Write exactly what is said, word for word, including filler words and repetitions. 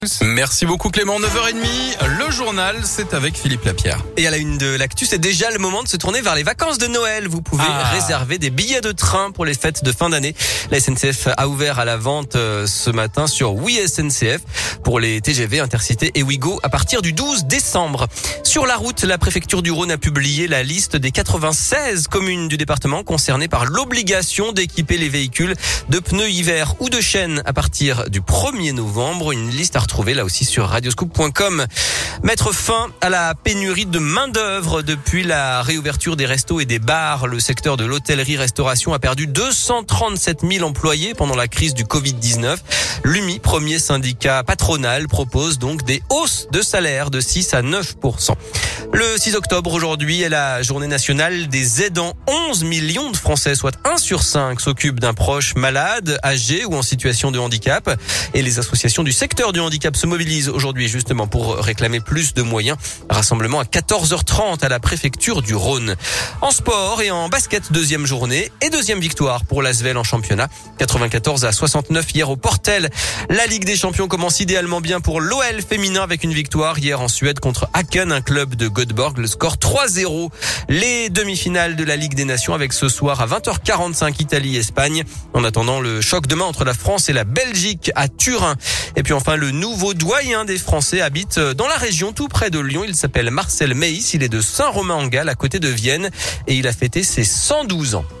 Merci beaucoup Clément, neuf heures trente, le journal, c'est avec Philippe Lapierre. Et à la une de l'actu, c'est déjà le moment de se tourner vers les vacances de Noël. Vous pouvez Ah. réserver des billets de train pour les fêtes de fin d'année. La S N C F a ouvert à la vente euh, ce matin sur Oui S N C F pour les T G V, Intercités et Ouigo à partir du douze décembre. Sur la route, la préfecture du Rhône a publié la liste des quatre-vingt-seize communes du département concernées par l'obligation d'équiper les véhicules de pneus hiver ou de chaînes à partir du premier novembre. Une liste à retrouver là aussi sur radioscoop point com. Mettre fin à la pénurie de main-d'œuvre depuis la réouverture des restos et des bars. Le secteur de l'hôtellerie-restauration a perdu deux cent trente-sept mille employés pendant la crise du covid dix-neuf. L'U M I, premier syndicat patronal, propose donc des hausses de salaire de six à neuf pour cent. Le six octobre, aujourd'hui, est la journée nationale des aidants. onze millions de Français, soit un sur cinq, s'occupent d'un proche malade, âgé ou en situation de handicap. Et les associations du secteur du handicap se mobilisent aujourd'hui justement pour réclamer plus de moyens. Rassemblement à quatorze heures trente à la préfecture du Rhône. En sport et en basket, deuxième journée et deuxième victoire pour l'Asvel en championnat. quatre-vingt-quatorze à soixante-neuf hier au Portel. La Ligue des Champions commence idéalement bien pour l'O L féminin avec une victoire hier en Suède contre Aken, un club de Göteborg. Le score trois zéro. Les demi-finales de la Ligue des Nations avec ce soir à vingt heures quarante-cinq Italie-Espagne. En attendant le choc demain entre la France et la Belgique à Turin. Et puis enfin le nouveau doyen des Français habite dans la région tout près de Lyon. Il s'appelle Marcel Meis. Il est de Saint-Romain-en-Galles à côté de Vienne et il a fêté ses cent douze ans.